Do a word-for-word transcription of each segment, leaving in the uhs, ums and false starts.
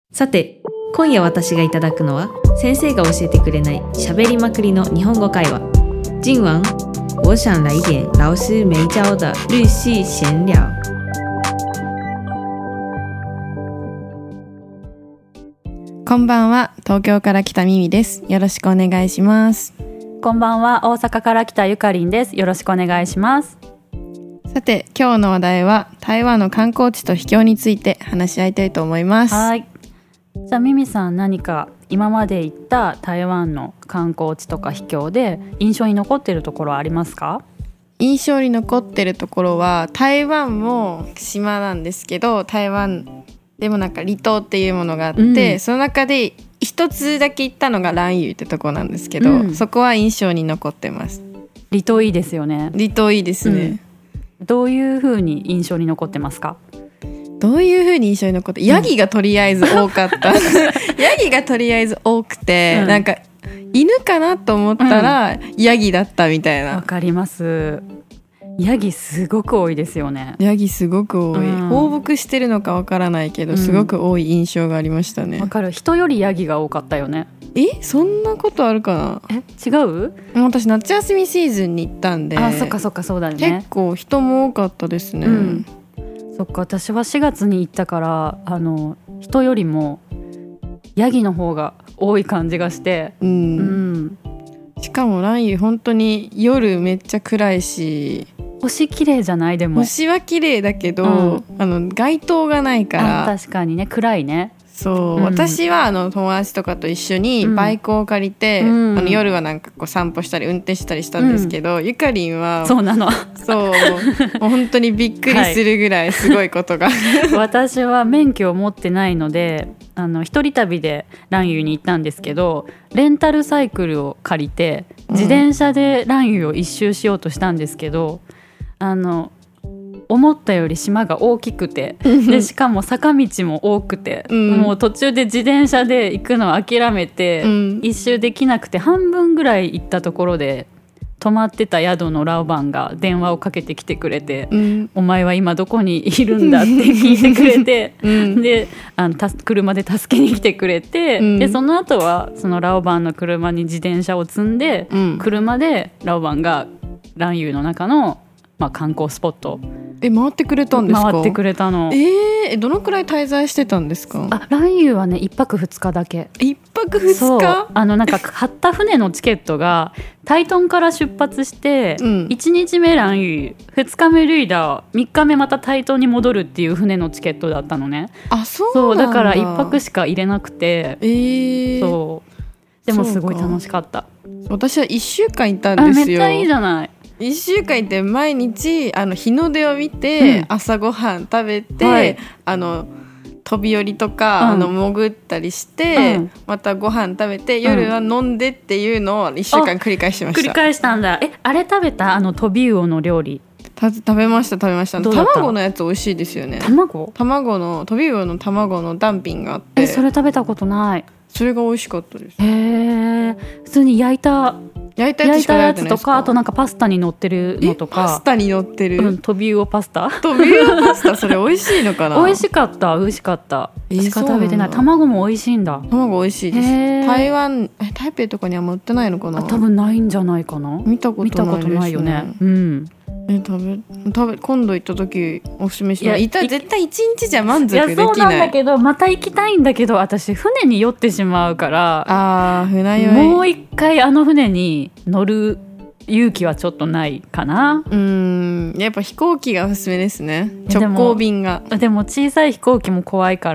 さて、今夜私がいただくのは先生が教えてくれない喋りまくりの日本語会話。今晚我想来点老师没教的日系闲聊。 こんばんは、東京から来たミミです。よろしくお願いします。 こんばんは、大阪から来たゆかりんです。よろしくお願いします。 さて、今日の話題は台湾の観光地と秘境について話し合いたいと思います。 はい。じゃあミミさん、何か今まで行った台湾の観光地とか秘境で印象に残っているところはありますか？ 印象に残ってるところは、台湾も島なんですけど、台湾でもなんか離島っていうものがあって、うん、その中で一つだけ行ったのが蘭嶼ってとこなんですけど、うん、そこは印象に残ってます。 離島いいですよね。 離島いいですね、 うん、どういう風に印象に残ってますか？ どういう風に印象に残って、ヤギがとりあえず多かった、うん、ヤギがとりあえず多くて、うん、なんか犬かなと思ったら、うん、ヤギだったみたいな。 わかります。ヤギすごく多いですよね。 ヤギすごく多い、うん、放牧してるのかわからないけど、すごく多い印象がありましたね。 わかる。人よりヤギが多かったよね。 え、そんなことあるかな。 え、違う？ 私夏休みシーズンに行ったんで。 あ、そっかそっか、そうだね。 結構人も多かったですね、うん、 そっか。私はしがつに行ったから、あの人よりもヤギの方が多い感じがして、うん、 うん、しかも蘭嶼本当に夜めっちゃ暗いし、 星綺麗じゃない？でも星は綺麗だけど、うん、あの街灯がないから。 あ、確かにね、暗いね。 そう、うん、私はあの友達とかと一緒にバイクを借りて、うん、あの夜はなんかこう散歩したり運転したりしたんですけど、うん、ゆかりんはそうなの。 そうもう本当にびっくりするぐらいすごいことが、 はい、私は免許を持ってないので、あの一人旅で蘭嶼に行ったんですけど、レンタルサイクルを借りて自転車で蘭嶼を一周しようとしたんですけど、うん、あの思ったより島が大きくて、でしかも坂道も多くて、うん、もう途中で自転車で行くのを諦めて、うん、一周できなくて、半分ぐらい行ったところで泊まってた宿のラオバンが電話をかけてきてくれて、うん、お前は今どこにいるんだって聞いてくれて、うん、であのた車で助けに来てくれて、うん、でその後はそのラオバンの車に自転車を積んで、うん、車でラオバンが蘭嶼の中の、まあ、観光スポットえ回ってくれたんですか？ 回ってくれたの。 えー、どのくらい滞在してたんですか？ あ、蘭嶼はねいっぱくふつかだけ。 いっぱくふつか？ そう、あのなんか買った船のチケットがタイトンから出発して、うん、いちにちめ蘭嶼、ふつかめルイダー、みっかめまたタイトンに戻るっていう船のチケットだったのね。 あ、そうなんだ。 そうだからいっぱくしか入れなくて、 えー、 そうでもすごい楽しかった。 私はいっしゅうかんいたんですよ。 あ、めっちゃいいじゃない。 いっしゅうかんいて毎日あの日の出を見て、うん、朝ごはん食べて、はい、あの飛び降りとか、うん、あの潜ったりして、うん、またご飯食べて夜は飲んでっていうのをいっしゅうかん繰り返しました。 繰り返したんだ。え、あれ食べた？あのトビウオの料理。 た食べました食べました。卵のやつ美味しいですよね。 卵？ 卵のトビウオの卵のダンピンがあって。 え、それ食べたことない。 それが美味しかったです。 へー、普通に焼いた焼いたやつしか焼いてないですか？ 焼いたやつとか、あとなんかパスタに乗ってるのとか。 パスタに乗ってる、 うん、トビウオパスタ。 トビウオパスタ、それ美味しいのかな？ 美味しかった美味しかった。しか食べてない。卵も美味しいんだ。 卵美味しいです。台湾え台北とかにはも売ってないのかな？ 多分ないんじゃないかな。 見たことないですね。 見たことないよね。うん。 え食べ食べ今度行った時おすすめします。いた絶対一日じゃ満足できない。いやそうなんだけど、また行きたいんだけど、私船に酔ってしまうから、 あー船酔い、 もう一回あの船に乗る勇気はちょっとないかな。 うーん、やっぱ飛行機がおすすめですね。直行便が。 でも、でも小さい飛行機も怖いから、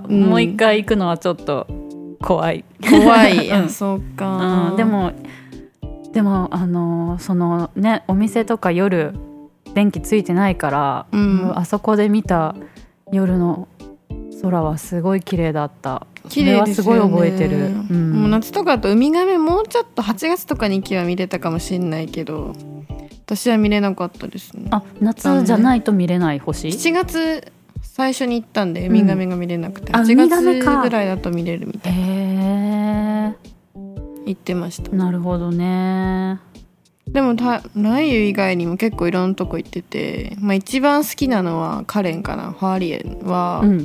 うん、もう一回行くのはちょっと怖い怖い、うん、そうか、 うん、でもでもあのそのね、お店とか夜電気ついてないから、うん、もうあそこで見た夜の空はすごい綺麗だった。 綺麗ですよね。 それはすごい覚えてる、うん、 もう夏とかだとウミガメもうちょっとはちがつとかに行けば見れたかもしれないけど、私は見れなかったですね。 あ、夏じゃないと見れない星？ しちがつ最初に行ったんでウミガメが見れなくて、うん、はちがつぐらいだと見れるみたいな。 へー、 行ってました。 なるほどね。 でも蘭嶼以外にも結構いろんなとこ行ってて、まあ、一番好きなのはカレンかな。ファーリエンは、うん、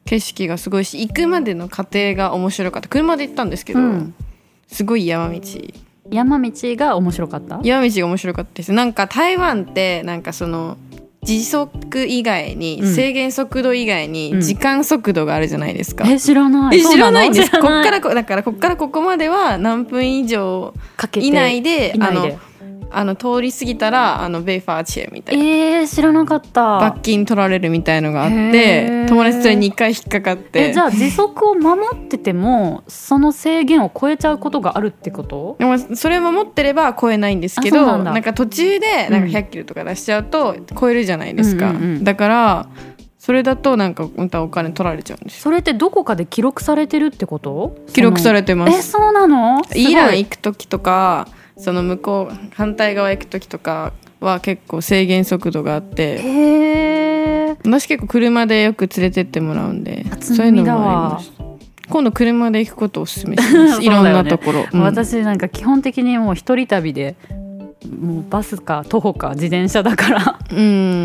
景色がすごいし、行くまでの過程が面白かった。車で行ったんですけど、うん、すごい山道山道が面白かった。 山道が面白かったです。なんか台湾ってなんかその時速以外に、うん、制限速度以外に時間速度があるじゃないですか、 うん、え知らない。 え知らないんです。こっからこだからこっからここまでは何分以上以内で以内であの通り過ぎたらあのベイファーチェみたいな、 えー、知らなかった。 罰金取られるみたいのがあって友達とにかい引っかかって。 えじゃあ時速を守っててもその制限を超えちゃうことがあるってこと？ でもそれを守ってれば超えないんですけど、 な, なんか途中でなんかひゃっキロとか出しちゃうと超えるじゃないですか、うんうんうん、だからそれだとなんかまたお金取られちゃうんです。 それってどこかで記録されてるってこと？ 記録されてます。 えそうなの？ イラン行く時とかその向こう反対側行く時とかは結構制限速度があって、 へー、 私結構車でよく連れてってもらうんで、 そういうのもあります。 今度車で行くことをおすすめします。いろんなところ、 うん、私なんか基本的にもう一人旅でもうバスか徒歩か自転車だからうん、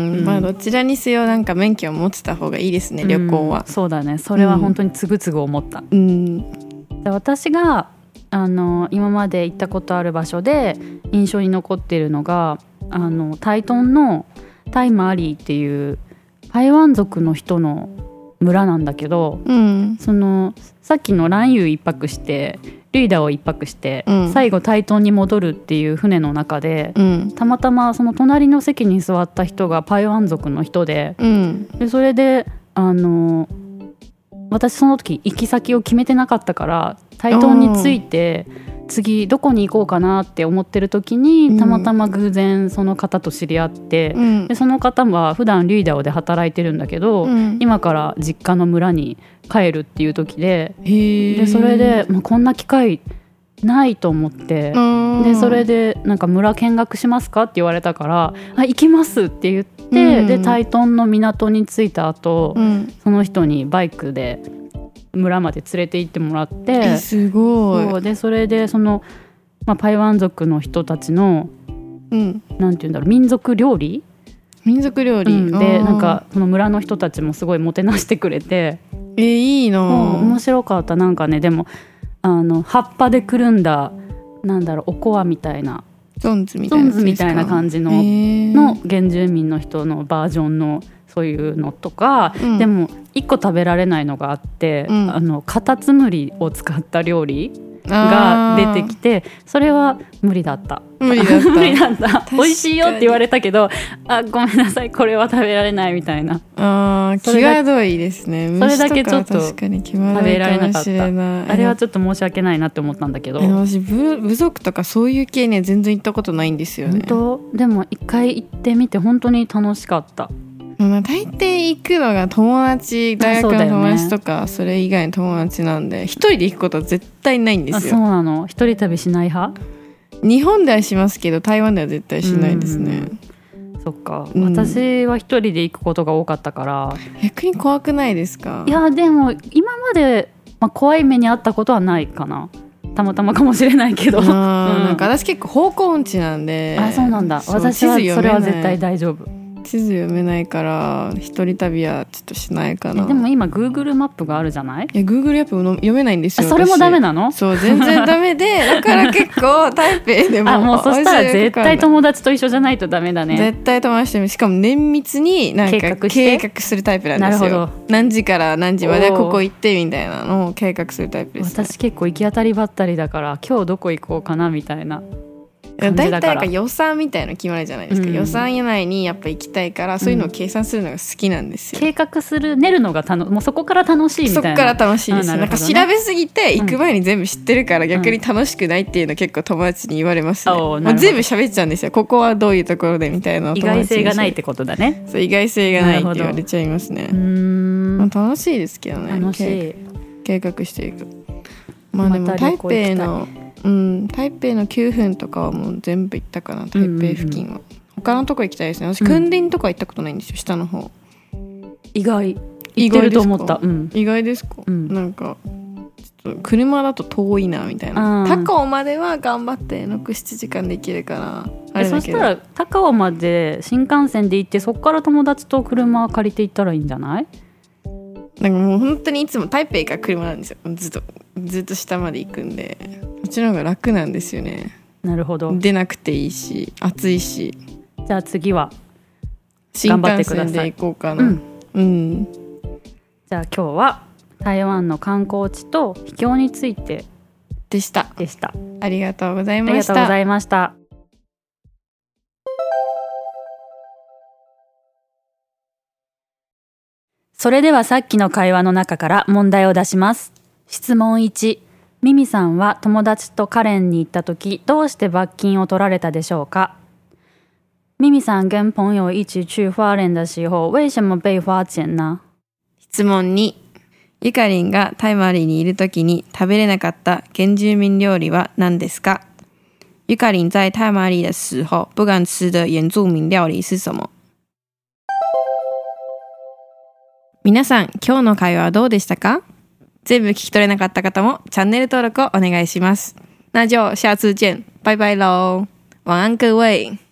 うん、まあどちらにせよなんか免許を持ってた方がいいですね、旅行は、 うん、そうだね。それは本当につぐつぐ思った、 うん、 で私があの今まで行ったことある場所で印象に残っているのがあの台東のタイマーリーっていう台湾族の人の村なんだけど、 うん、 そのさっきの蘭嶼一泊してルイダを一泊して、 うん、 最後台東に戻るっていう船の中で、 うん、 たまたまその隣の席に座った人が台湾族の人で、 うん、 でそれであの私その時行き先を決めてなかったから台東に着いて次どこに行こうかなって思ってる時にたまたま偶然その方と知り合って、 うん、 でその方は普段リーダーで働いてるんだけど、 うん、 今から実家の村に帰るっていう時で、 へでそれで、まあ、こんな機会ないと思って、でそれでなんか村見学しますかって言われたからあ行きますって言って、うん、で台東の港に着いた後、 うん、 その人にバイクで村まで連れて行ってもらって、 えすごい。 そうでそれでその、まあ、台湾族の人たちの、 うん、 なんていうんだろう民族料理民族料理、 うん、でなんかその村の人たちもすごいもてなしてくれて、 えいいな、 面白かった。なんかねでもあの葉っぱでくるんだなんだろうおこわみたいなゾンズみたいなゾンズみたいな感じのの原住民の人のバージョンのそういうのとか、うん、でもいっこ食べられないのがあって、うん、あのカタツムリを使った料理が出てきてそれは無理だった無理だった無理だった美味しいよって言われたけどあごめんなさいこれは食べられないみたいな。 あ際どいですね。 それだけちょっと食べられなかった。あれはちょっと申し訳ないなって思ったんだけど、 私部部族とかそういう系には全然行ったことないんですよね。 本当でも一回行ってみて本当に楽しかった。 まあ、大抵行くのが友達大学の友達とか そ,、ね、それ以外の友達なんで一人で行くことは絶対ないんですよ。 あそうなの。一人旅しない派？ 日本ではしますけど台湾では絶対しないですね。 そっか、うん、私は一人で行くことが多かったから逆に怖くないですか？ いやでも今まで、まあ、怖い目にあったことはないかな。たまたまかもしれないけど、うん、 なんか私結構方向音痴なんで。 あそうなんだ。私はそれは絶対大丈夫。 地図読めないから一人旅はちょっとしないかな。 でも今 Google マップがあるじゃない？ いや Google マップも読めないんですよ。 それもダメなの？ そう全然ダメでだから結構台北でもあもうそしたら絶対友達と一緒じゃないとダメだね。 絶対友達としかも綿密になんか計画計画するタイプなんですよ。なるほど。何時から何時までここ行ってみたいなのを計画するタイプです、ね、 私結構行き当たりばったりだから今日どこ行こうかなみたいなだいたいなんか予算みたいなの決まるじゃないですか、うん、予算以内にやっぱ行きたいからそういうのを計算するのが好きなんですよ、 うん、計画する練るのがたのもうそこから楽しいみたいな。 そこから楽しいです、ね、なんか調べすぎて行く前に全部知ってるから逆に楽しくないっていうの結構友達に言われますね、うん、もう全部喋っちゃうんですよ。ここはどういうところでみたいな。 意外性がないってことだね。 そう意外性がないって言われちゃいますね。 うーん、 まあ、楽しいですけどね。 楽しい。 計画していく。まあでも台北のうん、台北のきゅうふんとかはもう全部行ったかな。台北付近は、うんうんうん、他のとこ行きたいですね。私訓練とか行ったことないんですよ、下の方。 意外行ってると思った。うん、 意外ですか、うん、なんかちょっと車だと遠いなみたいな。高尾までは頑張ってろく、ななじかんで行けるからあれだけど。そしたら高尾まで新幹線で行ってそこから友達と車借りて行ったらいいんじゃない？ なんかもう本当にいつも台北から車なんですよ。ずっとずっと下まで行くんで、こっちの方が楽なんですよね。 なるほど。 出なくていいし暑いし。 じゃあ次は新幹線で行こうかな。うん、うん、 じゃあ今日は台湾の観光地と秘境についてでしたでした。 ありがとうございました。 ありがとうございました。それではさっきの会話の中から問題を出します。質問いち、ミミさんは友達とカレンに行った時どうして罰金を取られたでしょうか。ミミさん跟朋友一起去花蓮的時候为什么被花钱呢？ 質問に、ゆかりんがタイマリにいる時に食べれなかった原住民料理は何ですか？ゆかりん在タイマリ的時候不敢吃的原住民料理是什么？皆さん、今日の会話はどうでしたか？全部聞き取れなかった方もチャンネル登録をお願いします。那就下次见，拜拜喽，晚安各位。